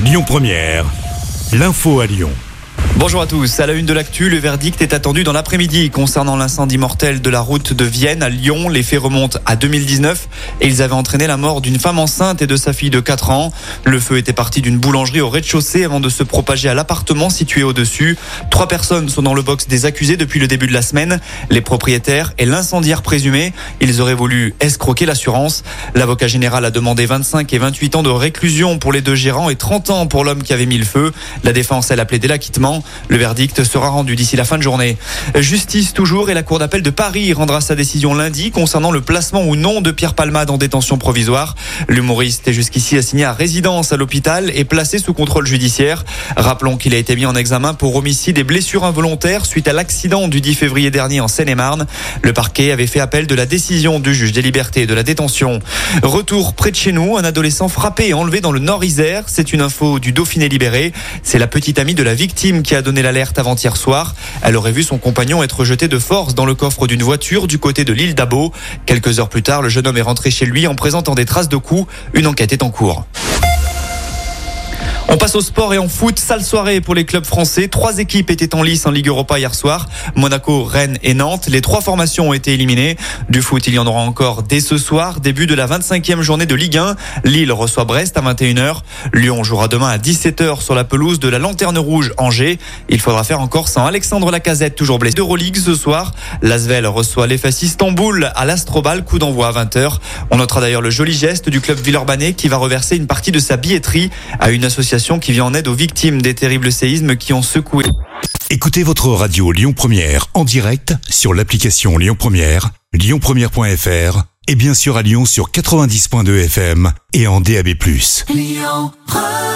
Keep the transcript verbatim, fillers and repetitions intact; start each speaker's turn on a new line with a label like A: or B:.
A: Lyon Première, l'info à Lyon.
B: Bonjour à tous, à la une de l'actu, le verdict est attendu dans l'après-midi concernant l'incendie mortel de la route de Vienne à Lyon. Les faits remontent à deux mille dix-neuf et ils avaient entraîné la mort d'une femme enceinte et de sa fille de quatre ans. Le feu était parti d'une boulangerie au rez-de-chaussée avant de se propager à l'appartement situé au-dessus. Trois personnes sont dans le box des accusés depuis le début de la semaine. Les propriétaires et l'incendiaire présumé. Ils auraient voulu escroquer l'assurance. L'avocat général a demandé vingt-cinq et vingt-huit ans de réclusion pour les deux gérants et trente ans pour l'homme qui avait mis le feu. La défense, elle a plaidé l'acquittement. Le verdict sera rendu d'ici la fin de journée. Justice toujours et la Cour d'appel de Paris rendra sa décision lundi concernant le placement ou non de Pierre Palmade en détention provisoire. L'humoriste est jusqu'ici assigné à résidence à l'hôpital et placé sous contrôle judiciaire. Rappelons qu'il a été mis en examen pour homicide et blessures involontaires suite à l'accident du dix février dernier en Seine-et-Marne. Le parquet avait fait appel de la décision du juge des libertés et de la détention. Retour près de chez nous, un adolescent frappé et enlevé dans le Nord-Isère. C'est une info du Dauphiné libéré. C'est la petite amie de la victime qui a donné l'alerte avant-hier soir. Elle aurait vu son compagnon être jeté de force dans le coffre d'une voiture du côté de l'île d'Abo. Quelques heures plus tard, le jeune homme est rentré chez lui en présentant des traces de coups. Une enquête est en cours. On passe au sport et en foot. Sale soirée pour les clubs français. Trois équipes étaient en lice en Ligue Europa hier soir. Monaco, Rennes et Nantes. Les trois formations ont été éliminées. Du foot, il y en aura encore dès ce soir. Début de la vingt-cinquième journée de Ligue un. Lille reçoit Brest à vingt et une heures. Lyon jouera demain à dix-sept heures sur la pelouse de la Lanterne Rouge Angers. Il faudra faire encore sans Alexandre Lacazette, toujours blessé. Euroleague ce soir. L'Asvel reçoit l'F S Istanbul à l'Astrobal. Coup d'envoi à vingt heures. On notera d'ailleurs le joli geste du club villeurbanais qui va reverser une partie de sa billetterie à une association qui vient en aide aux victimes des terribles séismes qui ont secoué.
A: Écoutez votre radio Lyon Première en direct sur l'application Lyon Première, lyon première point f r et bien sûr à Lyon sur quatre-vingt-dix point deux F M et en D A B plus. Lyon Première.